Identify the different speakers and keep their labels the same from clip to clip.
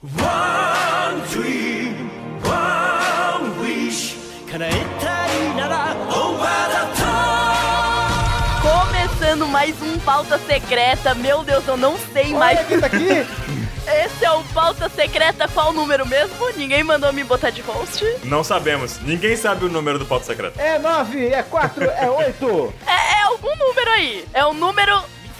Speaker 1: One dream, one wish,
Speaker 2: Começando mais um Pauta Secreta. Meu Deus, eu não sei mais.
Speaker 3: Olha quem tá aqui.
Speaker 2: Esse é o Pauta Secreta, qual número mesmo? Ninguém mandou me botar de host.
Speaker 4: Não sabemos. Ninguém sabe o número do Pauta Secreta.
Speaker 3: É 9, é 4, é 8.
Speaker 2: É algum número aí. É o número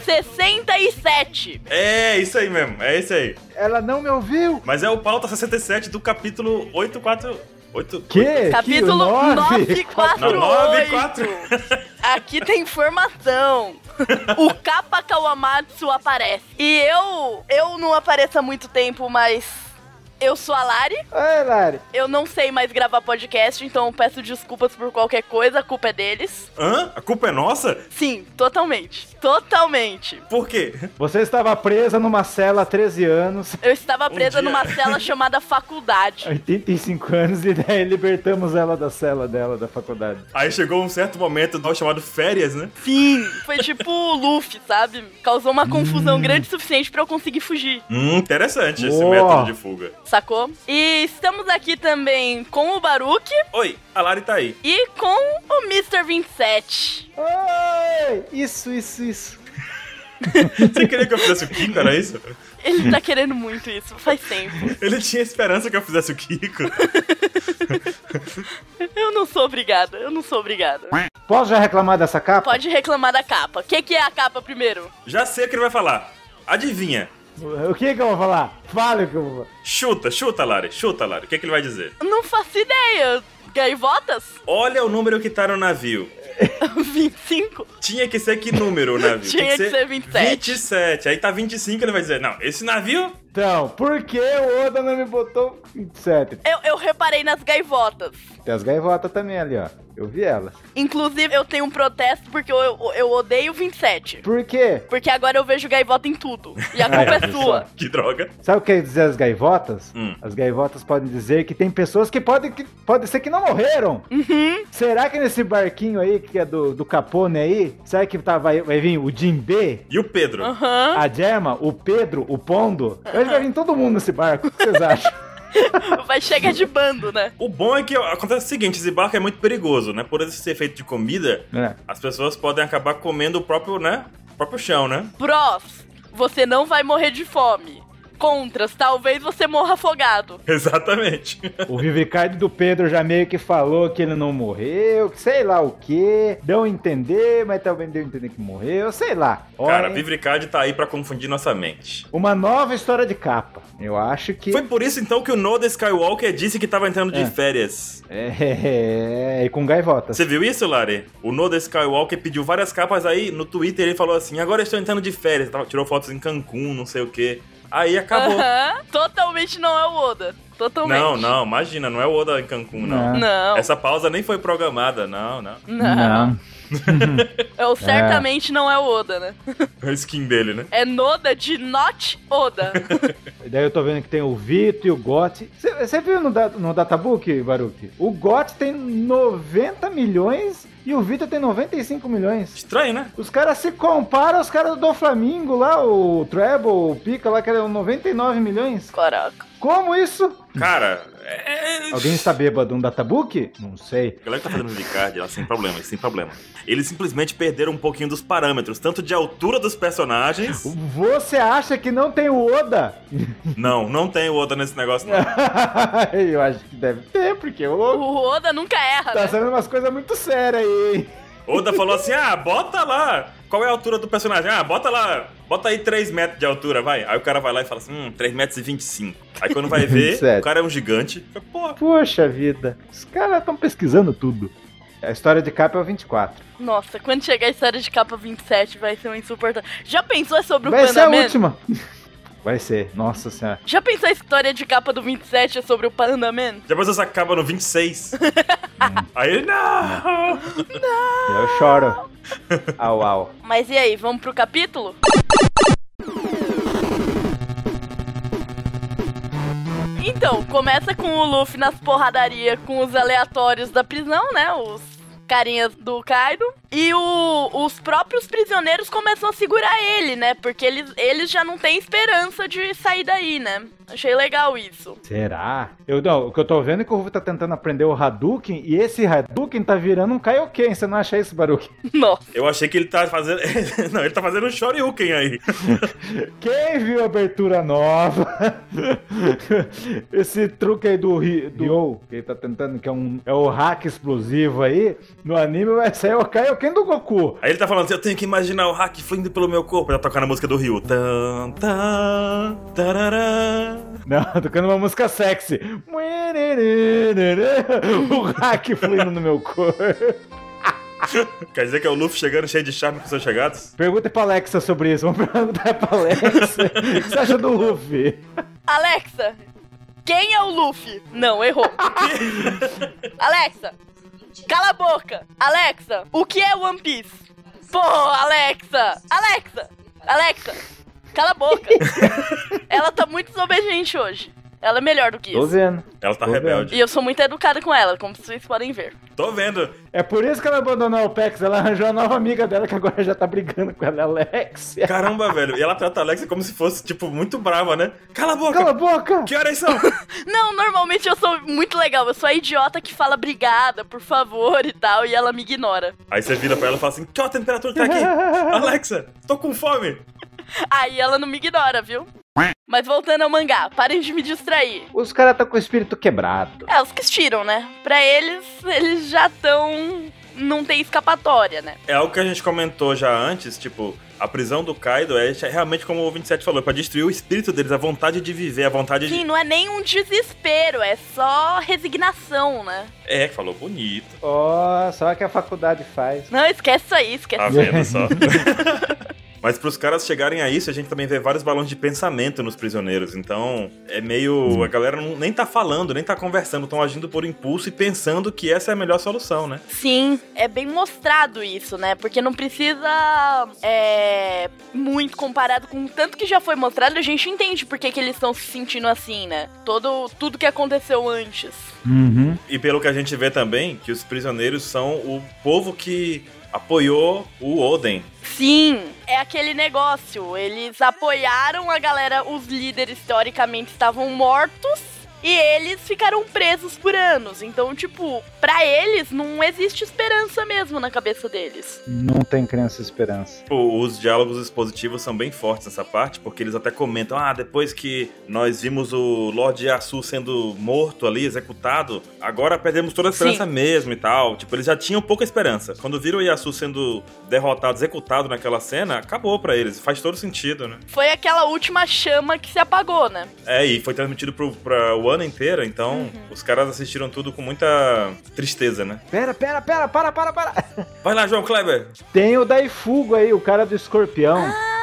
Speaker 2: 67.
Speaker 4: É, isso aí mesmo. É esse aí.
Speaker 3: Ela não me ouviu.
Speaker 4: Mas é o Pauta 67 do capítulo 848.
Speaker 3: Que?
Speaker 2: Capítulo 948.
Speaker 4: Não, 94.
Speaker 2: Aqui tem informação. O Kappa Kawamatsu aparece. E eu não apareço há muito tempo, mas eu sou a Lari.
Speaker 3: Oi, Lari.
Speaker 2: Eu não sei mais gravar podcast, então peço desculpas por qualquer coisa, a culpa é deles.
Speaker 4: Hã? A culpa é nossa?
Speaker 2: Sim, totalmente. Totalmente.
Speaker 4: Por quê?
Speaker 3: Você estava presa numa cela há 13 anos,
Speaker 2: Eu estava presa
Speaker 4: dia.
Speaker 2: numa cela chamada faculdade.
Speaker 3: 85 anos, e daí libertamos ela da cela dela, da faculdade.
Speaker 4: Aí chegou um certo momento chamado férias, né?
Speaker 2: Sim, foi tipo o Luffy, sabe? Causou uma confusão grande o suficiente pra eu conseguir fugir.
Speaker 4: Interessante esse
Speaker 3: Boa.
Speaker 4: método de fuga.
Speaker 2: Sacou? E estamos aqui também com o Baruque
Speaker 4: Oi, a Lari tá aí.
Speaker 2: e com o Mr. 27.
Speaker 3: Oi! Isso.
Speaker 4: Você queria que eu fizesse o Kiko, era isso?
Speaker 2: Ele tá querendo muito isso, faz tempo.
Speaker 4: Ele tinha esperança que eu fizesse o Kiko.
Speaker 2: Eu não sou obrigada.
Speaker 3: Posso já reclamar dessa capa?
Speaker 2: Pode reclamar da capa. O que é a capa primeiro?
Speaker 4: Já sei o que ele vai falar. Adivinha.
Speaker 3: O que eu vou falar? Fale o que eu vou falar.
Speaker 4: Chuta, Lari. O que ele vai dizer?
Speaker 2: Não faço ideia. Gaivotas?
Speaker 4: Olha o número que tá no navio.
Speaker 2: 25?
Speaker 4: Tinha que ser que número o navio?
Speaker 2: Tinha que ser 27.
Speaker 4: 27. Aí tá 25, ele vai dizer, não, esse navio...
Speaker 3: Então, por que o Oda não me botou 27?
Speaker 2: Eu reparei nas gaivotas.
Speaker 3: Tem as gaivotas também ali, ó. Eu vi elas.
Speaker 2: Inclusive, eu tenho um protesto porque eu odeio 27.
Speaker 3: Por quê?
Speaker 2: Porque agora eu vejo gaivota em tudo. E a culpa é sua.
Speaker 4: Que droga.
Speaker 3: Sabe o que quer dizer as gaivotas?
Speaker 4: Hum.
Speaker 3: As gaivotas podem dizer que tem pessoas que pode ser que não morreram.
Speaker 2: Uhum.
Speaker 3: Será que nesse barquinho aí, que é do Capone aí, será que vai vir o Jinbe,
Speaker 4: E o Pedro?
Speaker 2: Aham.
Speaker 3: a Gemma, o Pedro, o Pondo? Eu acho que vai vir todo mundo nesse barco. O que vocês acham?
Speaker 2: Vai chegar de bando, né?
Speaker 4: O bom é que acontece o seguinte, esse barco é muito perigoso, né? Por ele ser feito de comida,
Speaker 3: É.
Speaker 4: as pessoas podem acabar comendo o próprio, né? O próprio chão, né?
Speaker 2: Prós, você não vai morrer de fome. Contras, talvez você morra afogado.
Speaker 4: Exatamente.
Speaker 3: O Vivicard do Pedro já meio que falou que ele não morreu, que sei lá o que. Deu a entender, mas também deu a entender que morreu, sei lá.
Speaker 4: Cara,
Speaker 3: Olha,
Speaker 4: Vivricard tá aí pra confundir nossa mente.
Speaker 3: uma nova história de capa. Eu acho que...
Speaker 4: Foi por isso, então, que o Noda Skywalker disse que tava entrando de férias.
Speaker 3: E com gaivotas.
Speaker 4: Você viu isso, Lari? O Noda Skywalker pediu várias capas aí, no Twitter ele falou assim, agora eu estou entrando de férias. Tirou fotos em Cancún, não sei o quê. Aí acabou.
Speaker 2: Aham. Totalmente não é o Oda. Totalmente.
Speaker 4: Não, imagina, não é o Oda em Cancún, não.
Speaker 2: Não.
Speaker 4: Essa pausa nem foi programada, não.
Speaker 3: Não.
Speaker 2: Certamente não é o Oda, né?
Speaker 4: É a skin dele, né?
Speaker 2: É Noda de Not Oda.
Speaker 3: Daí eu tô vendo que tem o Vito e o Gotti. Você viu no Databook, Baruch? O Gotti tem 90 milhões e o Vito tem 95 milhões.
Speaker 4: Estranho, né?
Speaker 3: Os caras se comparam aos caras do Flamengo lá, o Treble, o Pica lá, que era 99 milhões.
Speaker 2: Caraca.
Speaker 3: Como isso?
Speaker 4: Cara,
Speaker 3: Alguém está bêbado no Databook? Não sei.
Speaker 4: A galera que tá fazendo Vivicard, ela sem problema. Eles simplesmente perderam um pouquinho dos parâmetros, tanto de altura dos personagens.
Speaker 3: Você acha que não tem o Oda?
Speaker 4: Não tem o Oda nesse negócio, não.
Speaker 3: Eu acho que deve ter, porque o
Speaker 2: O Oda nunca erra,
Speaker 3: tá
Speaker 2: né?
Speaker 3: sendo umas coisas muito sérias aí, hein?
Speaker 4: Oda falou assim, bota lá. Qual é a altura do personagem? Bota lá. Bota aí 3 metros de altura, vai. Aí o cara vai lá e fala assim, 3 metros e 25. Aí quando vai ver,
Speaker 3: Sério?
Speaker 4: o cara é um gigante. Pô,
Speaker 3: Poxa vida, os caras estão pesquisando tudo. A história de capa é o 24.
Speaker 2: Nossa, quando chegar a história de capa 27 vai ser um insuportável. Já pensou é sobre o
Speaker 3: Vai ser a
Speaker 2: Panda Man?
Speaker 3: última. Vai ser, nossa senhora.
Speaker 2: Já pensou a história de capa do 27 é sobre o Panda Man?
Speaker 4: já pensou se acaba no 26? Aí ele, não!
Speaker 3: Eu choro. Au.
Speaker 2: Mas e aí, vamos pro capítulo? Então, começa com o Luffy nas porradarias com os aleatórios da prisão, né? Os carinhas do Kaido. E os próprios prisioneiros começam a segurar ele, né? Porque eles já não têm esperança de sair daí, né? Achei legal isso.
Speaker 3: Será? O que eu tô vendo é que o Ruffy tá tentando aprender o Hadouken e esse Hadouken tá virando um Kaioken. Você não acha isso, Baruch?
Speaker 2: Nossa.
Speaker 4: Eu achei que ele tá fazendo... Não, ele tá fazendo um Shoryuken aí.
Speaker 3: Quem viu a abertura nova? Esse truque aí do Ryo, que ele tá tentando, que é o hack explosivo aí, no anime vai sair o Kaioken do Goku.
Speaker 4: Aí ele tá falando assim, eu tenho que imaginar o hack fluindo pelo meu corpo. Ele tá tocando a música do Ryu. Tan, tan, tarará.
Speaker 3: Não, tocando uma música sexy. O hack fluindo no meu corpo.
Speaker 4: Quer dizer que é o Luffy chegando cheio de charme com seus chegados?
Speaker 3: Pergunta pra Alexa sobre isso. Vamos perguntar pra Alexa. O que você acha do Luffy?
Speaker 2: Alexa, quem é o Luffy? Não, errou. Alexa, cala a boca. Alexa, o que é One Piece? Pô, Alexa. Alexa, cala a boca. Ela tá muito desobediente hoje. Ela é melhor do que
Speaker 3: Tô
Speaker 2: isso.
Speaker 3: vendo.
Speaker 4: Ela tá
Speaker 3: Tô
Speaker 4: rebelde.
Speaker 2: E eu sou muito educada com ela, como vocês podem ver.
Speaker 4: Tô vendo.
Speaker 3: É por isso que ela abandonou o Pex. Ela arranjou a nova amiga dela que agora já tá brigando com ela, Alexia.
Speaker 4: Caramba, velho. E ela trata a Alexia como se fosse, tipo, muito brava, né? Cala a boca!
Speaker 3: Cala a boca!
Speaker 4: Que horas são?
Speaker 2: Não, normalmente eu sou muito legal. Eu sou a idiota que fala obrigada, por favor e tal, e ela me ignora.
Speaker 4: Aí você vira pra ela e fala assim, que a temperatura tá aqui? Alexa, tô com fome.
Speaker 2: Aí ela não me ignora, viu? Mas voltando ao mangá, parem de me distrair.
Speaker 3: Os caras tá com o espírito quebrado.
Speaker 2: É, os que estiram, né? Pra eles já estão... Não tem escapatória, né?
Speaker 4: É algo que a gente comentou já antes, tipo, a prisão do Kaido é realmente, como o 27 falou, pra destruir o espírito deles, a vontade de viver, a vontade
Speaker 2: Sim,
Speaker 4: de...
Speaker 2: não é nem um desespero, é só resignação, né?
Speaker 4: É, falou bonito.
Speaker 3: Ó, só que a faculdade faz.
Speaker 2: Não, esquece isso aí, esquece.
Speaker 4: Tá vendo só? Mas pros caras chegarem a isso, a gente também vê vários balões de pensamento nos prisioneiros. Então, é meio... A galera nem tá falando, nem tá conversando. Estão agindo por impulso e pensando que essa é a melhor solução, né?
Speaker 2: Sim, é bem mostrado isso, né? Porque não precisa muito comparado com tanto que já foi mostrado, a gente entende por que eles estão se sentindo assim, né? Tudo que aconteceu antes.
Speaker 3: Uhum.
Speaker 4: E pelo que a gente vê também, que os prisioneiros são o povo que apoiou o Oden.
Speaker 2: Sim, é aquele negócio. Eles apoiaram a galera, os líderes teoricamente estavam mortos e eles ficaram presos por anos. Então, tipo, pra eles não existe esperança mesmo na cabeça deles.
Speaker 3: Não tem crença e esperança.
Speaker 4: Os diálogos expositivos são bem fortes nessa parte, porque eles até comentam, depois que nós vimos o Lord Yasu sendo morto ali, executado, agora perdemos toda a esperança mesmo e tal. Tipo, eles já tinham pouca esperança. Quando viram o Yasu sendo derrotado, executado naquela cena, acabou pra eles. Faz todo sentido, né?
Speaker 2: Foi aquela última chama que se apagou, né?
Speaker 4: E foi transmitido pra o ano inteiro, então os caras assistiram tudo com muita tristeza, né?
Speaker 3: Para.
Speaker 4: Vai lá, João Kleber!
Speaker 3: Tem o Daifugo aí, o cara do escorpião.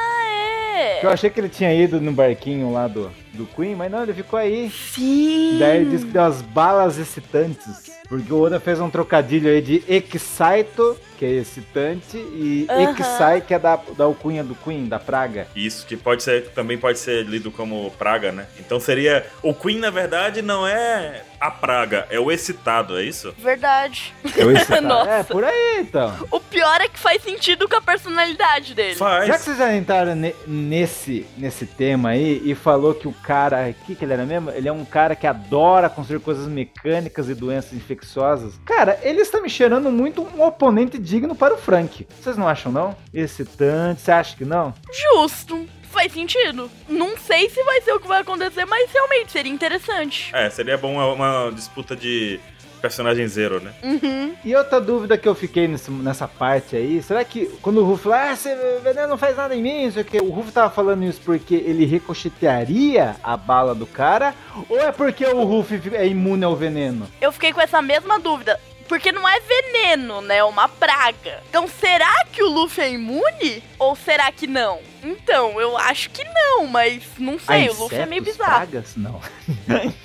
Speaker 2: É.
Speaker 3: Que eu achei que ele tinha ido no barquinho lá do Queen, mas não, ele ficou aí.
Speaker 2: Sim.
Speaker 3: Daí ele disse que deu as balas excitantes. Porque o Oda fez um trocadilho aí de Exaito, que é excitante, e Exai, que é da alcunha do Queen, da praga.
Speaker 4: Isso, que também pode ser lido como praga, né? Então seria... O Queen, na verdade, não é a praga, é o excitado, é isso?
Speaker 2: Verdade.
Speaker 3: É o excitado.
Speaker 2: Nossa.
Speaker 3: É, por aí, então.
Speaker 2: O pior é que faz sentido com a personalidade dele.
Speaker 4: Faz.
Speaker 3: Já que vocês já entraram nesse tema aí e falou que o cara... O que ele era mesmo? Ele é um cara que adora construir coisas mecânicas e doenças infecciosas. Cara, ele está me cheirando muito um oponente digno para o Frank. Vocês não acham, não? Excitante, você acha que não?
Speaker 2: Justo. Faz sentido. Não sei se vai ser o que vai acontecer, mas realmente seria interessante.
Speaker 4: Seria bom uma disputa de personagem zero, né?
Speaker 2: Uhum.
Speaker 3: E outra dúvida que eu fiquei nessa parte aí, será que quando o Ruff fala, esse veneno não faz nada em mim, não sei o que, o Ruff tava falando isso porque ele ricochetearia a bala do cara, ou é porque o Ruff é imune ao veneno?
Speaker 2: Eu fiquei com essa mesma dúvida. Porque não é veneno, né? É uma praga. Então, será que o Luffy é imune? Ou será que não? Então, eu acho que não, mas não sei. O Luffy é meio bizarro.
Speaker 3: Pragas? Não.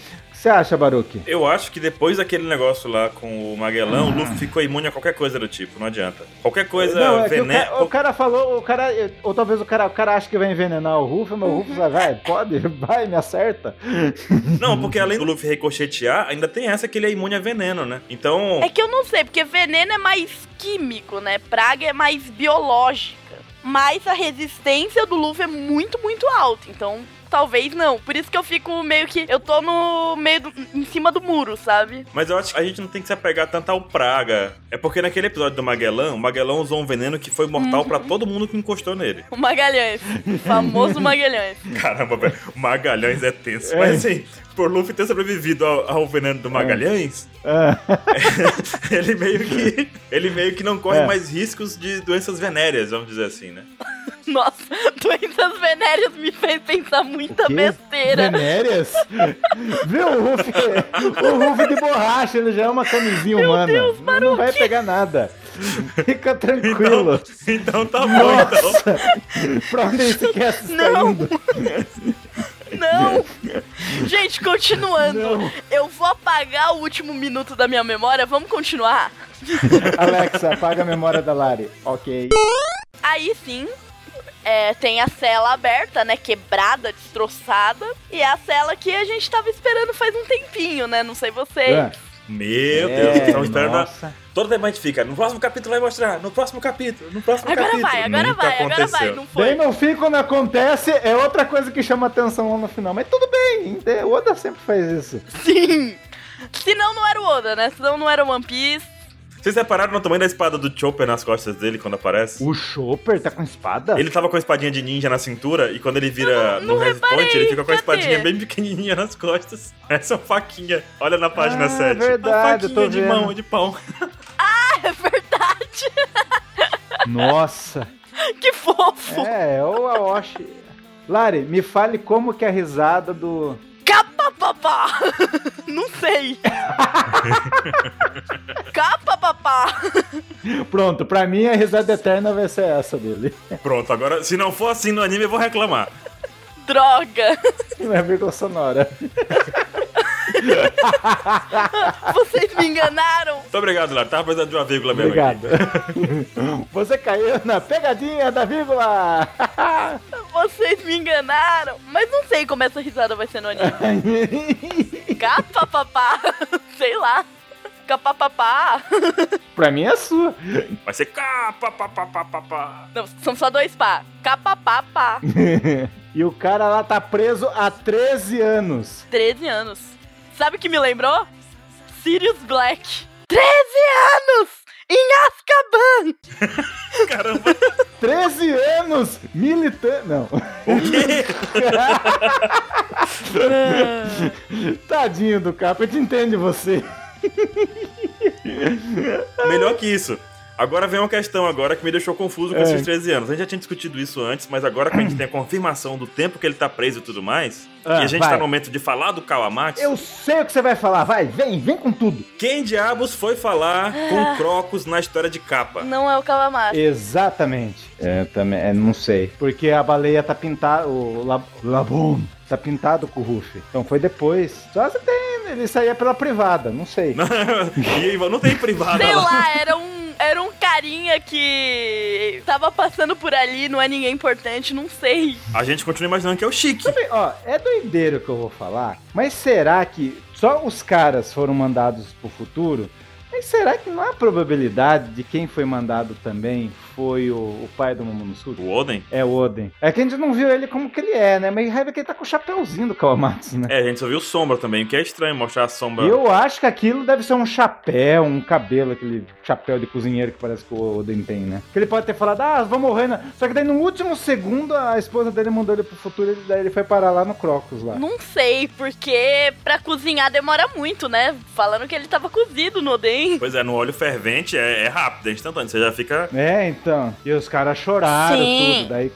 Speaker 3: você acha, Baruch?
Speaker 4: Eu acho que depois daquele negócio lá com o Magellan, o Luffy ficou imune a qualquer coisa do tipo, não adianta. Qualquer coisa
Speaker 3: Não,
Speaker 4: veneno.
Speaker 3: o cara falou, ou talvez o cara acha que vai envenenar o Ruffy, mas o Ruffy vai, pode, vai, me acerta.
Speaker 4: Não, porque além do Luffy ricochetear, ainda tem essa que ele é imune a veneno, né? Então...
Speaker 2: É que eu não sei, porque veneno é mais químico, né? Praga é mais biológica. Mas a resistência do Luffy é muito, muito alta. Então, talvez não. Por isso que eu fico meio que... Eu tô no meio em cima do muro, sabe?
Speaker 4: Mas eu acho que a gente não tem que se apegar tanto ao Praga. É porque naquele episódio do Magellan, o Magellan usou um veneno que foi mortal pra todo mundo que encostou nele.
Speaker 2: O Magalhães. O famoso Magalhães.
Speaker 4: Caramba, velho. O Magalhães é tenso. Mas assim, por Luffy ter sobrevivido ao veneno do Magalhães, ele meio que não corre mais riscos de doenças venéreas, vamos dizer assim, né?
Speaker 2: Nossa, doenças venéreas me fez pensar muita besteira.
Speaker 3: Venéreas? Viu? O Ruffy de borracha, ele já é uma camisinha humana.
Speaker 2: Deus,
Speaker 3: não vai pegar nada. Fica tranquilo.
Speaker 4: Então tá bom,
Speaker 3: Nossa. Pra onde esse cast está indo?
Speaker 2: Não! Gente, continuando. Eu vou apagar o último minuto da minha memória. Vamos continuar?
Speaker 3: Alexa, apaga a memória da Lari. Ok.
Speaker 2: Aí sim, tem a cela aberta, né? Quebrada, destroçada. E é a cela que a gente tava esperando faz um tempinho, né? Não sei vocês.
Speaker 4: Meu Deus, estamos esperando. Todo tempo a gente fica, no próximo capítulo vai mostrar, no próximo capítulo.
Speaker 2: Agora vai, não foi.
Speaker 3: Bem, no fim, quando acontece, é outra coisa que chama atenção lá no final. Mas tudo bem, o Oda sempre faz isso.
Speaker 2: Sim! Senão não era o Oda, né? Senão não era o One Piece.
Speaker 4: Vocês repararam no tamanho da espada do Chopper nas costas dele quando aparece?
Speaker 3: O Chopper tá com espada?
Speaker 4: Ele tava com a espadinha de ninja na cintura e quando ele vira no Rest Point, ele fica com a espadinha bem pequenininha nas costas. Essa é uma faquinha. Olha na página 7.
Speaker 3: É verdade,
Speaker 4: uma faquinha de mão, de pão.
Speaker 2: Ah, é verdade!
Speaker 3: Nossa!
Speaker 2: Que fofo!
Speaker 3: É o Aoshi. Lari, me fale como que é a risada do...
Speaker 2: Capapapá! Não sei. Capapapá!
Speaker 3: Pronto, pra mim a risada eterna vai ser essa dele.
Speaker 4: Pronto, agora se não for assim no anime eu vou reclamar.
Speaker 2: Droga!
Speaker 3: Não é vírgula sonora.
Speaker 2: Vocês me enganaram!
Speaker 4: Muito obrigado, Lara. Tava precisando de uma vírgula mesmo.
Speaker 3: Obrigado. Você caiu na pegadinha da vírgula.
Speaker 2: Vocês me enganaram! Mas não sei como essa risada vai ser no anime. Capapapá! Sei lá. Capapapá!
Speaker 3: Pra mim é a sua.
Speaker 4: Vai ser capapapapapá.
Speaker 2: Não, são só dois pá. Capapapá.
Speaker 3: E o cara lá tá preso há 13 anos.
Speaker 2: 13 anos. Sabe o que me lembrou? Sirius Black. 13 anos! Em Azkaban!
Speaker 4: Caramba!
Speaker 3: 13 anos militando. Não.
Speaker 4: O quê?
Speaker 3: Tadinho do Capa, a gente entende você.
Speaker 4: Melhor que isso. Agora vem uma questão agora que me deixou confuso com esses 13 anos. A gente já tinha discutido isso antes, mas agora que a gente tem a confirmação do tempo que ele tá preso e tudo mais, e a gente tá no momento de falar do Kawamatsu...
Speaker 3: Eu sei o que você vai falar, vai, vem com tudo.
Speaker 4: Quem diabos foi falar com Crocus na história de capa?
Speaker 2: Não é o Kawamatsu.
Speaker 3: Exatamente. Também, não sei. Porque a baleia tá pintada, o Laboon tá pintado com o Ruffy. Então foi depois. Só você tem, ele saía pela privada, não sei.
Speaker 4: Não tem privada.
Speaker 2: Sei lá, era um carinha que tava passando por ali, não é ninguém importante, não sei.
Speaker 4: A gente continua imaginando que é o Chique.
Speaker 3: Também, ó, é doideiro que eu vou falar, mas será que só os caras foram mandados pro futuro? Mas será que não há probabilidade de quem foi mandado também foi o pai do Momonosuke?
Speaker 4: O Oden?
Speaker 3: É, o Oden. É que a gente não viu ele como que ele é, né? Mas raiva que ele tá com o chapéuzinho do Kawamatsu, né?
Speaker 4: É, a gente só viu sombra também, o que é estranho mostrar a sombra.
Speaker 3: Eu acho que aquilo deve ser um chapéu, um cabelo, aquele chapéu de cozinheiro que parece que o Oden tem, né? Que ele pode ter falado, vou morrer, né? Só que daí no último segundo a esposa dele mandou ele pro futuro e daí ele foi parar lá no Crocus lá.
Speaker 2: Não sei, porque pra cozinhar demora muito, né? Falando que ele tava cozido no Oden.
Speaker 4: Pois é, no óleo fervente é rápido, é instantâneo, você já fica...
Speaker 3: É, então. E os caras choraram
Speaker 2: Sim.
Speaker 3: tudo. Daí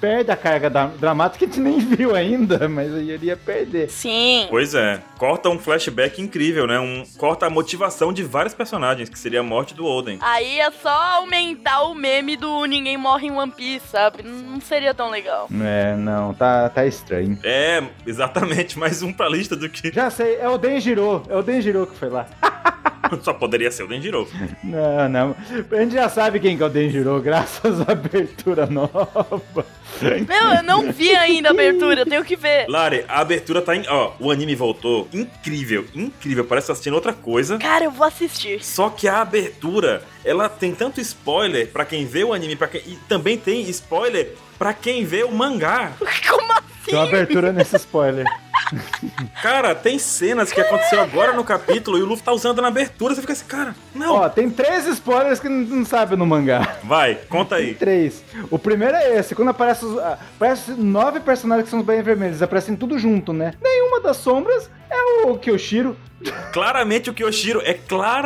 Speaker 3: perde a carga dramática que a gente nem viu ainda, mas aí ele ia perder.
Speaker 2: Sim.
Speaker 4: Pois é. Corta um flashback incrível, né? Corta a motivação de vários personagens, que seria a morte do Oden.
Speaker 2: Aí é só aumentar o meme do ninguém morre em One Piece, sabe? Não seria tão legal.
Speaker 3: É, não, tá estranho.
Speaker 4: É, exatamente. Mais um pra lista do que...
Speaker 3: Já sei, é o Denjiro que foi lá.
Speaker 4: Só poderia ser o Denjiro.
Speaker 3: Não. A gente já sabe quem que é o Denjiro, graças à abertura nova.
Speaker 2: Meu, eu não vi ainda a abertura, eu tenho que ver.
Speaker 4: Lari, a abertura tá Ó, o anime voltou. Incrível. Parece que tá assistindo outra coisa.
Speaker 2: Cara, eu vou assistir.
Speaker 4: Só que a abertura, ela tem tanto spoiler pra quem vê o anime, e também tem spoiler pra quem vê o mangá.
Speaker 2: Como assim?
Speaker 3: Tem uma abertura nesse spoiler.
Speaker 4: Cara, tem cenas que aconteceu agora no capítulo e o Luffy tá usando na abertura. Você fica assim, cara, não.
Speaker 3: Ó, tem 3 spoilers que não sabe no mangá.
Speaker 4: Vai, conta aí.
Speaker 3: 3. O primeiro é esse, quando aparece 9 personagens que são os Bainhas Vermelhos, aparecem tudo junto, né? Nenhuma das sombras é o Kyoshiro.
Speaker 4: Claramente o Kyoshiro,
Speaker 3: É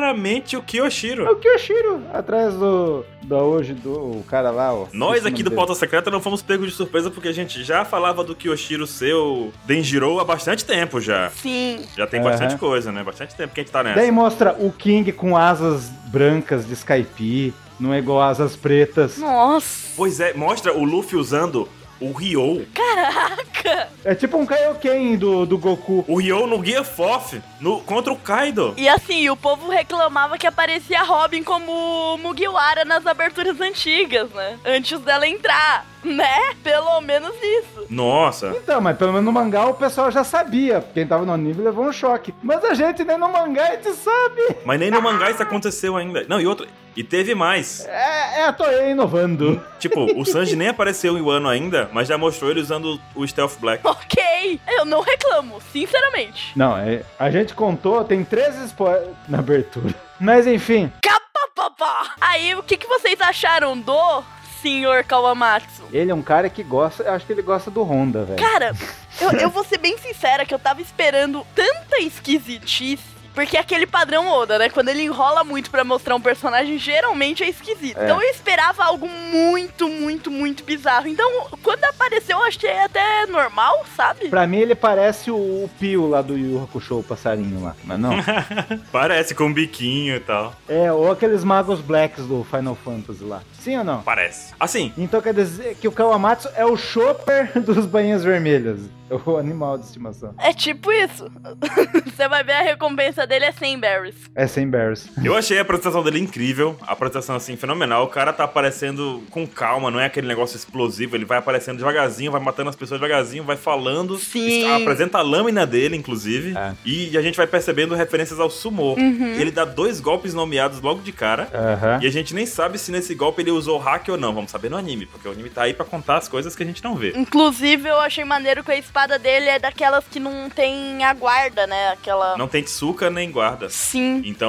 Speaker 3: o Kyoshiro, atrás do Aoji, do cara lá, ó.
Speaker 4: Nós aqui do Pauta Secreta não fomos pegos de surpresa porque a gente já falava do Kyoshiro ser o Denjiro há bastante tempo já.
Speaker 2: Sim.
Speaker 4: Já tem bastante coisa, né? Bastante tempo que a gente tá nessa.
Speaker 3: Daí mostra o King com asas brancas de Skype, não é igual asas pretas.
Speaker 2: Nossa.
Speaker 4: Pois é, mostra o Luffy usando o Ryou.
Speaker 2: Caraca.
Speaker 3: É tipo um Kaioken do Goku.
Speaker 4: O Ryou no Guia Fof contra o Kaido.
Speaker 2: E assim, o povo reclamava que aparecia Robin como Mugiwara nas aberturas antigas, né? Antes dela entrar, né? Pelo menos isso.
Speaker 4: Nossa.
Speaker 3: Então, mas pelo menos no mangá o pessoal já sabia. Quem tava no anime levou um choque. Mas a gente nem no mangá a gente sabe.
Speaker 4: Mas nem no mangá isso aconteceu ainda. Não, e teve mais.
Speaker 3: É a Toei inovando.
Speaker 4: Tipo, o Sanji nem apareceu em Wano ainda, mas já mostrou ele usando o Stealth Black.
Speaker 2: Ok, eu não reclamo, sinceramente.
Speaker 3: Não, a gente contou, tem 13 spoilers na abertura. Mas enfim.
Speaker 2: Capapapá. Aí, o que vocês acharam do Sr. Kawamatsu?
Speaker 3: Ele é um cara que gosta, eu acho que ele gosta do Honda, velho.
Speaker 2: Cara, eu vou ser bem sincera que eu tava esperando tanta esquisitice. Porque é aquele padrão Oda, né? Quando ele enrola muito pra mostrar um personagem, geralmente é esquisito. Então eu esperava algo muito, muito, muito bizarro. Então, quando apareceu, eu achei até normal, sabe?
Speaker 3: Pra mim, ele parece o Pio lá do Yu Hakusho, o passarinho lá. Mas não.
Speaker 4: Parece, com um biquinho e tal.
Speaker 3: Ou aqueles magos blacks do Final Fantasy lá. Sim ou não?
Speaker 4: Parece. Assim.
Speaker 3: Então quer dizer que o Kawamatsu é o Chopper dos Bainhas Vermelhas. O animal de estimação.
Speaker 2: É tipo isso. Você vai ver a recompensa dele é 100 berries.
Speaker 3: É 100 berries.
Speaker 4: Eu achei a apresentação dele incrível. A apresentação, assim, fenomenal. O cara tá aparecendo com calma, não é aquele negócio explosivo. Ele vai aparecendo devagarzinho, vai matando as pessoas devagarzinho, vai falando.
Speaker 2: Sim.
Speaker 4: Apresenta a lâmina dele, inclusive.
Speaker 3: É.
Speaker 4: E a gente vai percebendo referências ao sumo. Ele dá 2 golpes nomeados logo de cara. E a gente nem sabe se nesse golpe ele usou hack ou não. Vamos saber no anime, porque o anime tá aí pra contar as coisas que a gente não vê.
Speaker 2: Inclusive, eu achei maneiro que a espada dele é daquelas que não tem a guarda, né? Aquela...
Speaker 4: Não tem tsuka nem guarda.
Speaker 2: Sim.
Speaker 4: Então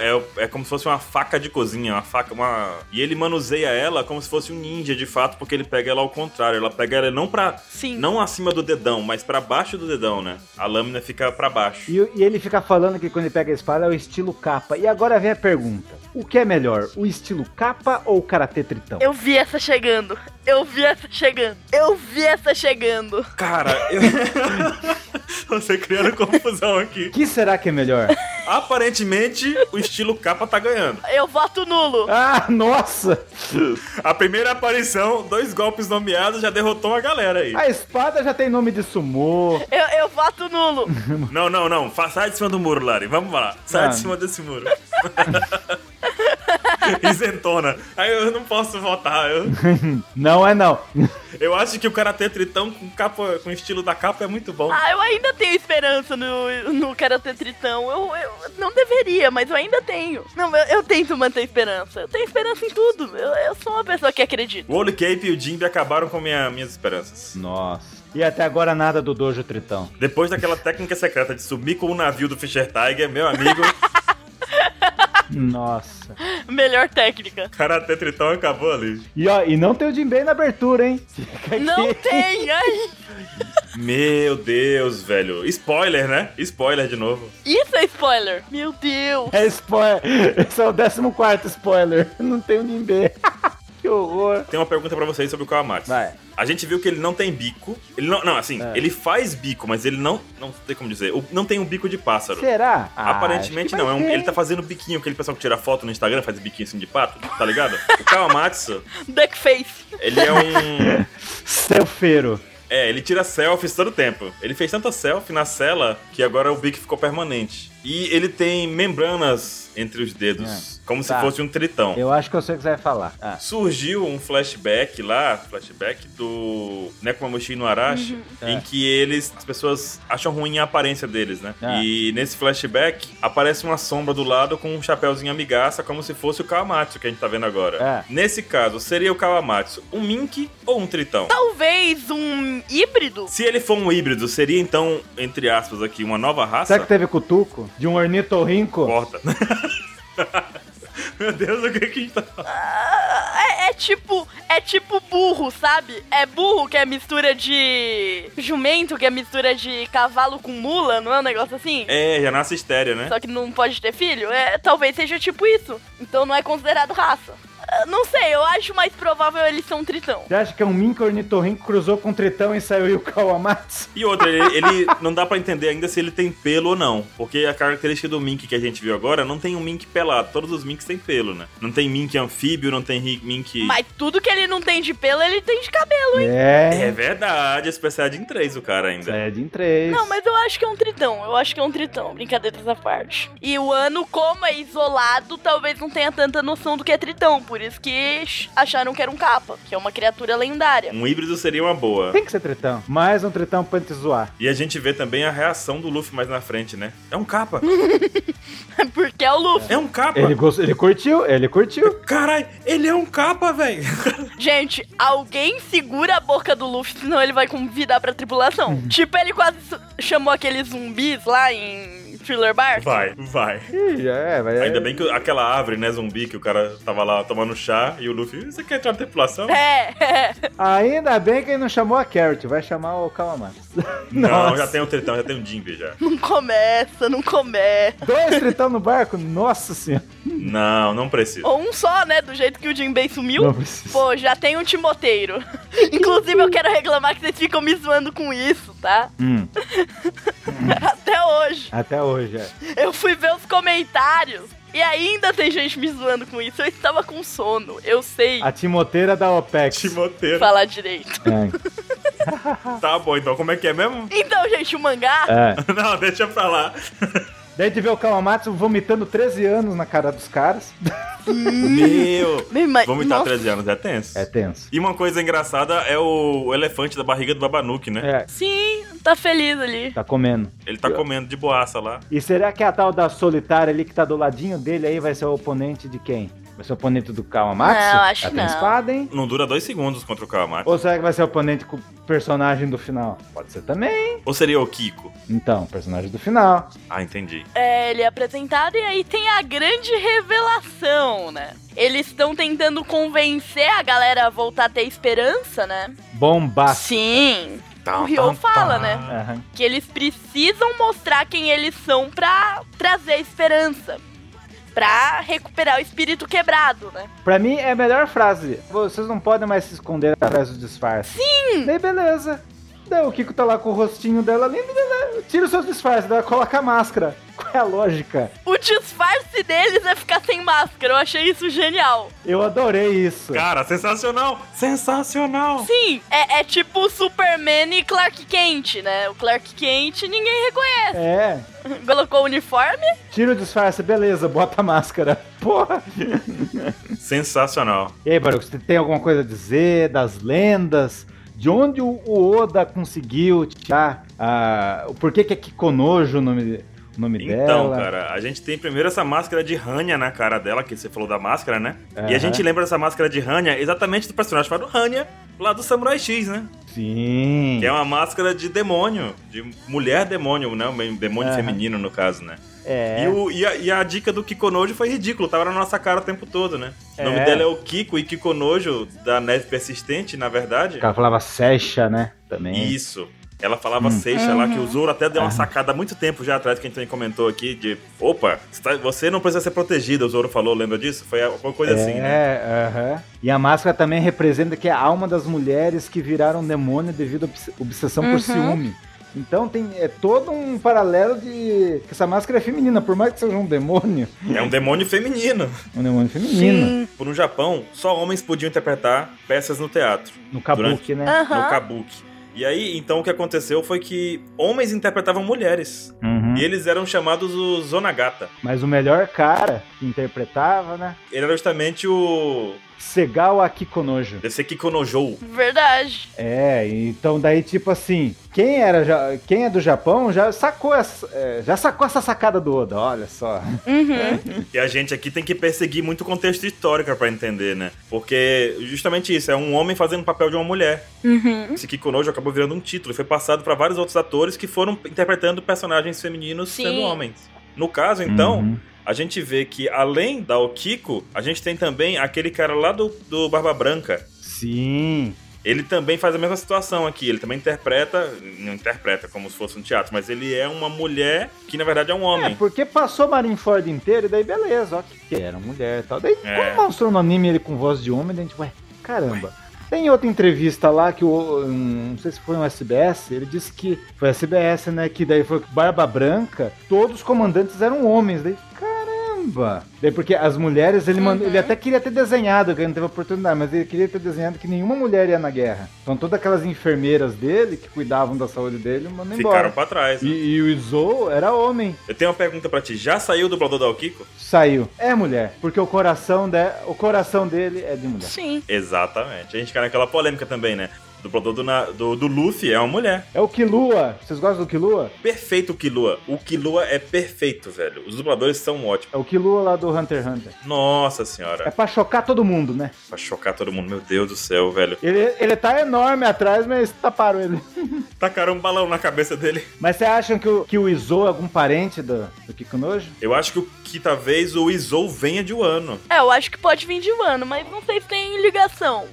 Speaker 4: é como se fosse uma faca de cozinha, E ele manuseia ela como se fosse um ninja, de fato, porque ele pega ela ao contrário. Ela pega ela não acima do dedão, mas pra baixo do dedão, né? A lâmina fica pra baixo.
Speaker 3: E ele fica falando que quando ele pega a espada é o estilo capa. E agora vem a pergunta. O que é melhor, o estilo capa ou o Karatê Tritão?
Speaker 2: Eu vi essa chegando.
Speaker 4: Cara, Você criando confusão aqui.
Speaker 3: O que será que é melhor?
Speaker 4: Aparentemente, o estilo capa tá ganhando.
Speaker 2: Eu voto nulo.
Speaker 3: Ah, nossa!
Speaker 4: A primeira aparição, 2 golpes nomeados, já derrotou uma galera aí.
Speaker 3: A espada já tem nome de sumô.
Speaker 2: Eu voto nulo.
Speaker 4: Não. Sai de cima do muro, Lari. Vamos lá. Sai de cima desse muro. Isentona. Aí eu não posso votar.
Speaker 3: Não é não.
Speaker 4: Eu acho que o Karatê Tritão com estilo da capa é muito bom.
Speaker 2: Eu ainda tenho esperança no Karatê Tritão. Eu não deveria, mas eu ainda tenho. Não, eu tento manter esperança. Eu tenho esperança em tudo. Eu sou uma pessoa que acredita.
Speaker 4: O Holy Cape e o Jinbe acabaram com minhas esperanças.
Speaker 3: Nossa. E até agora nada do Dojo Tritão.
Speaker 4: Depois daquela técnica secreta de subir com o navio do Fischer Tiger, meu amigo...
Speaker 3: Nossa.
Speaker 2: Melhor técnica.
Speaker 4: Karatê Tritão acabou ali.
Speaker 3: E não tem o Jinbei na abertura, hein?
Speaker 2: Não tem, ai.
Speaker 4: Meu Deus, velho. Spoiler, né? Spoiler de novo.
Speaker 2: Isso é spoiler. Meu Deus.
Speaker 3: É spoiler. Esse é o 14º spoiler. Não tem o Jinbei. Que horror.
Speaker 4: Tem uma pergunta pra vocês sobre o Kawamatsu.
Speaker 3: Vai.
Speaker 4: A gente viu que ele não tem bico. Ele não, assim, ele faz bico, mas ele não sei como dizer, não tem um bico de pássaro.
Speaker 3: Será?
Speaker 4: Aparentemente não, ele tá fazendo biquinho, aquele pessoal que tira foto no Instagram, faz biquinho assim de pato, tá ligado? O Kawamatsu,
Speaker 2: Duckface.
Speaker 4: ele é um...
Speaker 3: Selfeiro.
Speaker 4: ele tira selfies todo tempo. Ele fez tanta selfie na cela que agora o bico ficou permanente. E ele tem membranas entre os dedos, como se fosse um tritão.
Speaker 3: Eu acho que eu sei o que você vai falar.
Speaker 4: Surgiu um flashback do Nekomamushi no Arashi, em que as pessoas acham ruim a aparência deles, né? E nesse flashback, aparece uma sombra do lado com um chapéuzinho amigaça, como se fosse o Kawamatsu que a gente tá vendo agora. Nesse caso, seria o Kawamatsu um Mink ou um tritão?
Speaker 2: Talvez um híbrido?
Speaker 4: Se ele for um híbrido, seria então, entre aspas aqui, uma nova raça?
Speaker 3: Será que teve cutuco? De um ornitorrinco?
Speaker 4: Corta. Meu Deus, o que a gente tá falando?
Speaker 2: É tipo burro, sabe? É burro que é mistura de jumento, que é mistura de cavalo com mula, não é um negócio assim?
Speaker 4: Já nasce estéreo, né?
Speaker 2: Só que não pode ter filho? Talvez seja tipo isso. Então não é considerado raça. Não sei, eu acho mais provável ele ser um tritão.
Speaker 3: Você acha que é um Mink ornitorrinco, cruzou com um tritão e saiu o Kawamatsu?
Speaker 4: E outra, ele não dá pra entender ainda se ele tem pelo ou não. Porque a característica do Mink que a gente viu agora não tem um Mink pelado. Todos os Minks têm pelo, né? Não tem Mink anfíbio, não tem Mink...
Speaker 2: Mas tudo que ele não tem de pelo, ele tem de cabelo, hein?
Speaker 4: É verdade, Super Saiyajin 3 o cara ainda.
Speaker 3: Saiyajin 3.
Speaker 2: Não, mas eu acho que é um tritão. Brincadeira dessa parte. E o Ano, como é isolado, talvez não tenha tanta noção do que é tritão. Por isso que acharam que era um Kappa, que é uma criatura lendária.
Speaker 4: Um híbrido seria uma boa.
Speaker 3: Tem que ser tritão. Mais um tritão pra te zoar.
Speaker 4: E a gente vê também a reação do Luffy mais na frente, né? É um Kappa.
Speaker 2: Porque é o Luffy.
Speaker 4: É um Kappa.
Speaker 3: Ele curtiu.
Speaker 4: Caralho, ele é um Kappa, velho.
Speaker 2: Gente, alguém segura a boca do Luffy, senão ele vai convidar pra tripulação. Tipo, ele quase chamou aqueles zumbis lá em Thriller Bark.
Speaker 4: Vai.
Speaker 3: Vai.
Speaker 4: Ainda bem que aquela árvore, né, zumbi, que o cara tava lá tomando chá e o Luffy, você quer entrar na tripulação?
Speaker 3: Ainda bem que ele não chamou a Carrot, vai chamar o Kawamatsu.
Speaker 4: Não,
Speaker 3: Nossa.
Speaker 4: já tem o tritão, já tem o Jinbe já.
Speaker 2: Não começa.
Speaker 3: 2 tritão no barco? Nossa senhora.
Speaker 4: Não precisa.
Speaker 2: Ou um só, né? Do jeito que o Jinbei sumiu.
Speaker 3: Não precisa.
Speaker 2: Pô, já tem um timoteiro. Inclusive, eu quero reclamar que vocês ficam me zoando com isso, tá? Até hoje, Eu fui ver os comentários e ainda tem gente me zoando com isso. Eu estava com sono, eu sei.
Speaker 3: A timoteira da OPEX.
Speaker 4: Timoteiro.
Speaker 2: Falar direito.
Speaker 4: Tá bom, então como é que é mesmo?
Speaker 2: Então, gente, o mangá...
Speaker 4: Não, deixa pra lá.
Speaker 3: Daí a gente vê o Kawamatsu vomitando 13 anos na cara dos caras.
Speaker 4: Vomitar 13 anos é tenso.
Speaker 3: É tenso.
Speaker 4: E uma coisa engraçada é o elefante da barriga do Babanuki, né?
Speaker 2: Sim, tá feliz ali.
Speaker 3: Tá comendo.
Speaker 4: Ele tá comendo de boaça lá.
Speaker 3: E será que a tal da solitária ali que tá do ladinho dele aí vai ser o oponente de quem? Vai ser o oponente do Kawamatsu?
Speaker 2: Não, acho
Speaker 3: que
Speaker 2: que
Speaker 3: não. Tem espada, hein?
Speaker 4: Não dura 2 segundos contra o Kawamatsu.
Speaker 3: Ou será que vai ser o oponente com o personagem do final? Pode ser também.
Speaker 4: Ou seria o Kiko?
Speaker 3: Então, personagem do final.
Speaker 4: Ah, entendi.
Speaker 2: Ele é apresentado e aí tem a grande revelação, né? Eles estão tentando convencer a galera a voltar a ter esperança, né?
Speaker 3: Bombástico.
Speaker 2: Sim. O Ryo fala, né? Que eles precisam mostrar quem eles são pra trazer esperança. Pra recuperar o espírito quebrado, né?
Speaker 3: Pra mim é a melhor frase. Vocês não podem mais se esconder atrás do disfarce.
Speaker 2: Sim!
Speaker 3: Daí beleza. Daí o Kiko tá lá com o rostinho dela ali. Tira os seus disfarces, daí ela coloca a máscara. Qual é a lógica?
Speaker 2: O disfarce deles é ficar sem máscara. Eu achei isso genial.
Speaker 3: Eu adorei isso.
Speaker 4: Cara, sensacional! Sensacional!
Speaker 2: Sim, é tipo o Superman e Clark Kent, né? O Clark Kent ninguém reconhece. Colocou o uniforme.
Speaker 3: Tira o disfarce, beleza, bota a máscara. Porra!
Speaker 4: Sensacional.
Speaker 3: E aí, Baruch, você tem alguma coisa a dizer das lendas? De onde o Oda conseguiu tirar o porquê que é Kikonojo o nome dela?
Speaker 4: Então, cara, a gente tem primeiro essa máscara de Hanya na cara dela, que você falou da máscara, né? E a gente lembra dessa máscara de Hanya exatamente do personagem chamado Hanya, lá do Samurai X, né?
Speaker 3: Sim.
Speaker 4: Que é uma máscara de demônio, de mulher demônio, né? Um demônio feminino, no caso, né? E a dica do Kikonojo foi ridículo, tava na nossa cara o tempo todo, né? O nome dela é o Kiko, e Kikonojo, da neve persistente, na verdade.
Speaker 3: O cara falava Secha, né? Também.
Speaker 4: Isso. Ela falava Seixa lá, que o Zoro até deu uma sacada há muito tempo já atrás, que a gente também comentou aqui, de opa, você não precisa ser protegida, o Zoro falou, lembra disso? Foi alguma coisa assim, né?
Speaker 3: E a máscara também representa que é a alma das mulheres que viraram demônio devido à obsessão por ciúme. Então tem todo um paralelo de que essa máscara é feminina, por mais que seja um demônio.
Speaker 4: É um demônio feminino.
Speaker 3: Um demônio feminino.
Speaker 4: No Japão, só homens podiam interpretar peças no teatro.
Speaker 3: No kabuki, né?
Speaker 4: No kabuki. E aí, então, o que aconteceu foi que homens interpretavam mulheres. E eles eram chamados os Zonagata.
Speaker 3: Mas o melhor cara que interpretava, né?
Speaker 4: Ele era justamente o...
Speaker 3: Segawa Kikonojo.
Speaker 4: Deve ser Kikonojou.
Speaker 2: Verdade.
Speaker 3: Então daí tipo assim, quem é do Japão já sacou essa sacada do Oda, olha só.
Speaker 4: E a gente aqui tem que perseguir muito o contexto histórico pra entender, né? Porque justamente isso, é um homem fazendo o papel de uma mulher. Esse Kikonojo acabou virando um título e foi passado pra vários outros atores que foram interpretando personagens femininos sendo homens. No caso, então... A gente vê que, além da Okiko, a gente tem também aquele cara lá do Barba Branca.
Speaker 3: Sim.
Speaker 4: Ele também faz a mesma situação aqui. Ele também não interpreta como se fosse um teatro, mas ele é uma mulher que, na verdade, é um homem.
Speaker 3: Porque passou Marineford inteiro e daí beleza, ó, que era mulher e tal. Daí, quando mostrou no anime ele com voz de homem, a gente, caramba. Tem outra entrevista lá que não sei se foi um SBS, ele disse que foi SBS, né, que daí foi Barba Branca, todos os comandantes eram homens, daí caramba! Daí porque as mulheres, ele até queria ter desenhado, que ele não teve oportunidade, mas ele queria ter desenhado que nenhuma mulher ia na guerra. Então todas aquelas enfermeiras dele, que cuidavam da saúde dele, mandaram embora.
Speaker 4: Ficaram pra trás. Né?
Speaker 3: E o Izou era homem.
Speaker 4: Eu tenho uma pergunta pra ti, já saiu o dublador da Okiko?
Speaker 3: Saiu. É mulher, porque o coração dele é de mulher.
Speaker 2: Sim.
Speaker 4: Exatamente. A gente cai naquela polêmica também, né? O dublador do Luffy é uma mulher.
Speaker 3: É o Killua. Vocês gostam do Killua?
Speaker 4: Perfeito o Killua. O Killua é perfeito, velho. Os dubladores são ótimos.
Speaker 3: É o Killua lá do Hunter x Hunter.
Speaker 4: Nossa senhora.
Speaker 3: É pra chocar todo mundo, né?
Speaker 4: Pra chocar todo mundo. Meu Deus do céu, velho.
Speaker 3: Ele tá enorme atrás, mas taparam ele.
Speaker 4: Tacaram um balão na cabeça dele.
Speaker 3: Mas vocês acham que o Izou é algum parente do Kikunojo?
Speaker 4: Eu acho que talvez o Izou venha de Wano.
Speaker 2: Eu acho que pode vir de Wano, mas não sei se tem ligação.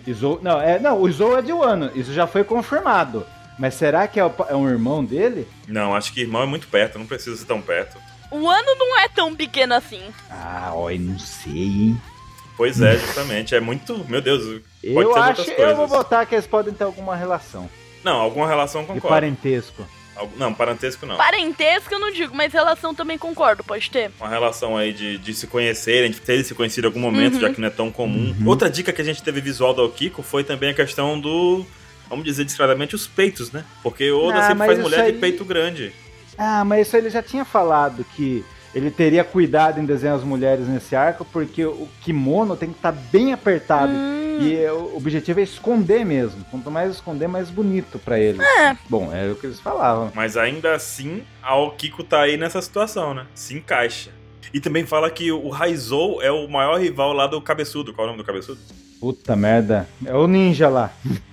Speaker 3: O Izou é de Wano. Isso já foi confirmado. Mas será que é um irmão dele?
Speaker 4: Não, acho que irmão é muito perto. Não precisa ser tão perto.
Speaker 2: O Wano não é tão pequeno assim.
Speaker 3: Eu não sei, hein?
Speaker 4: Pois é, justamente. É muito... Meu Deus, pode ter muitas coisas.
Speaker 3: Eu vou botar que eles podem ter alguma relação.
Speaker 4: Não, alguma relação concordo.
Speaker 3: De parentesco.
Speaker 4: Não, parentesco não.
Speaker 2: Parentesco eu não digo, mas relação também concordo, pode ter.
Speaker 4: Uma relação aí de se conhecerem, de terem se conhecido em algum momento, já que não é tão comum. Outra dica que a gente teve visual da Okiko foi também a questão do... Vamos dizer discretamente, os peitos, né? Porque o Oda sempre faz mulher de peito grande.
Speaker 3: Mas isso ele já tinha falado, que ele teria cuidado em desenhar as mulheres nesse arco, porque o kimono tem que estar bem apertado. E o objetivo é esconder mesmo. Quanto mais esconder, mais bonito pra ele. Bom, é o que eles falavam.
Speaker 4: Mas ainda assim, a Okiko tá aí nessa situação, né? Se encaixa. E também fala que o Raizou é o maior rival lá do Cabeçudo. Qual é o nome do Cabeçudo?
Speaker 3: Puta merda. É o ninja lá.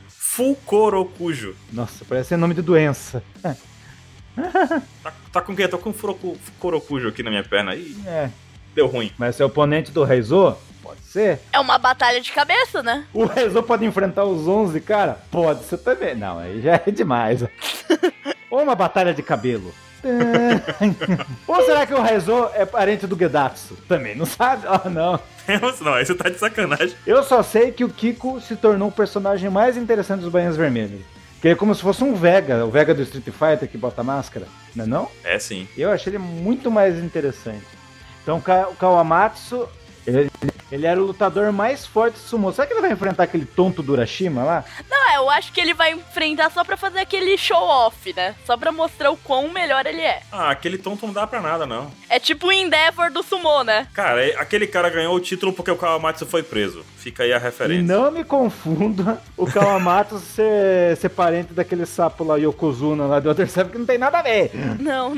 Speaker 4: Fukorokujo.
Speaker 3: Nossa, parece nome de doença.
Speaker 4: Tá com o quê? Tô com Fukorokujo aqui na minha perna. Ih, deu ruim.
Speaker 3: Mas você é oponente do Raizou? Pode ser.
Speaker 2: É uma batalha de cabeça, né?
Speaker 3: O Raizou pode enfrentar os 11, cara? Pode ser também. Não, aí já é demais. Ou uma batalha de cabelo. Ou será que o Raizou é parente do Gedatsu? Também não sabe? Não.
Speaker 4: Não, aí você tá de sacanagem.
Speaker 3: Eu só sei que o Kiko se tornou o personagem mais interessante dos Bainhas Vermelhas. Que é como se fosse um Vega, o Vega do Street Fighter que bota máscara, não é não?
Speaker 4: É sim.
Speaker 3: Eu achei ele muito mais interessante. Então o Kawamatsu, ele era o lutador mais forte de sumo. Será que ele vai enfrentar aquele tonto do Urashima lá?
Speaker 2: Não, eu acho que ele vai enfrentar só pra fazer aquele show-off, né? Só pra mostrar o quão melhor ele é.
Speaker 4: Aquele tonto não dá pra nada, não.
Speaker 2: É tipo o Endeavor do sumo, né?
Speaker 4: Cara, aquele cara ganhou o título porque o Kawamatsu foi preso. Fica aí a referência.
Speaker 3: E não me confunda o Kawamatsu ser parente daquele sapo lá, Yokozuna, lá do Water 7, que não tem nada a ver.
Speaker 2: Não.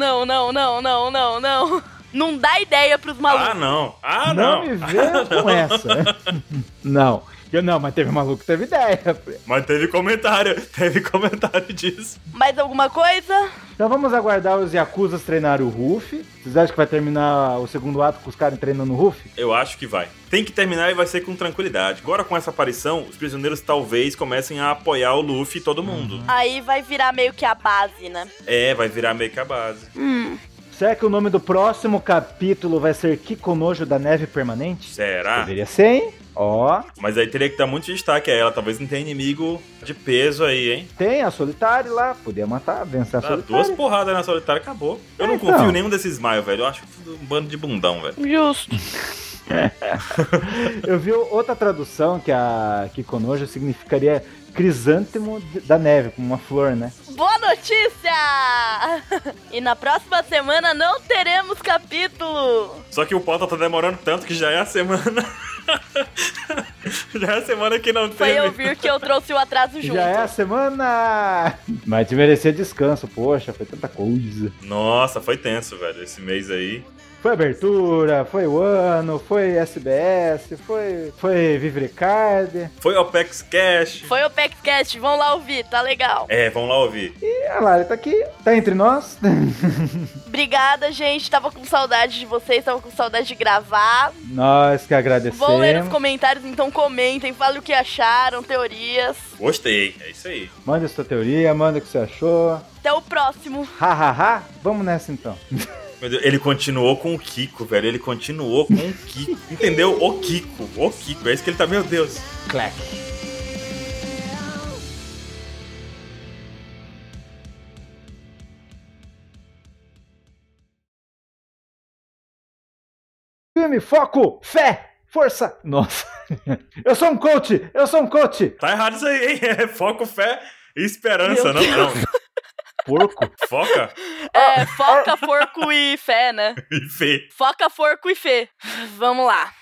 Speaker 2: Não dá ideia pros malucos.
Speaker 4: Não.
Speaker 3: Não me venha com essa. Não. Não, mas teve maluco que teve ideia.
Speaker 4: Mas teve comentário disso.
Speaker 2: Mais alguma coisa?
Speaker 3: Então vamos aguardar os Yakuzas treinarem o Ruffy. Vocês acham que vai terminar o segundo ato com os caras treinando o Ruffy?
Speaker 4: Eu acho que vai. Tem que terminar e vai ser com tranquilidade. Agora com essa aparição, os prisioneiros talvez comecem a apoiar o Luffy e todo mundo.
Speaker 2: Aí vai virar meio que a base, né?
Speaker 4: É, vai virar meio que a base.
Speaker 3: Será que o nome do próximo capítulo vai ser Kikonojo da Neve Permanente?
Speaker 4: Será?
Speaker 3: Deveria ser, hein? Ó.
Speaker 4: Mas aí teria que dar muito destaque a ela. Talvez não tenha inimigo de peso aí, hein?
Speaker 3: Tem a Solitária lá. Podia matar, vencer a
Speaker 4: Dá
Speaker 3: Solitária.
Speaker 4: 2 porradas na Solitária, acabou. Eu não
Speaker 3: então.
Speaker 4: confio em nenhum desses Smile, velho. Eu acho tudo um bando de bundão, velho.
Speaker 2: Justo.
Speaker 3: Eu vi outra tradução que a Kikonojo significaria crisântemo da neve, como uma flor, né?
Speaker 2: Boa notícia! E na próxima semana não teremos capítulo.
Speaker 4: Só que o pauta tá demorando tanto que já é a semana. Já é a semana que não
Speaker 2: Foi
Speaker 4: teve.
Speaker 2: eu vir que eu trouxe o atraso junto.
Speaker 3: Já é a semana! Mas te merecia descanso, poxa, foi tanta coisa.
Speaker 4: Nossa, foi tenso, velho, esse mês aí.
Speaker 3: Foi abertura, foi o ano, foi SBS, foi Vivrecard.
Speaker 4: Foi Opex Cash.
Speaker 2: Foi o PECCast, vão lá ouvir, tá legal.
Speaker 4: É, vamos lá ouvir.
Speaker 3: E a Lari tá aqui, tá entre nós.
Speaker 2: Obrigada, gente. Tava com saudade de vocês, tava com saudade de gravar.
Speaker 3: Nós que agradecemos.
Speaker 2: Vou ler os comentários, então comentem, falem o que acharam, teorias.
Speaker 4: Gostei, é isso aí.
Speaker 3: Manda sua teoria, manda o que você achou.
Speaker 2: Até o próximo.
Speaker 3: Hahaha, vamos nessa então.
Speaker 4: Meu Deus, ele continuou com o Kiko, velho. Ele continuou com o Kiko. Entendeu? O Kiko. É isso que ele tá, meu Deus.
Speaker 3: Clack. Filme, foco, fé, força. Nossa. Eu sou um coach.
Speaker 4: Tá errado isso aí, hein? É foco, fé e esperança, não.
Speaker 3: Porco.
Speaker 4: Foca
Speaker 2: É, foca, forco e fé, né?
Speaker 4: e fé.
Speaker 2: Foca, forco e fé. Vamos lá.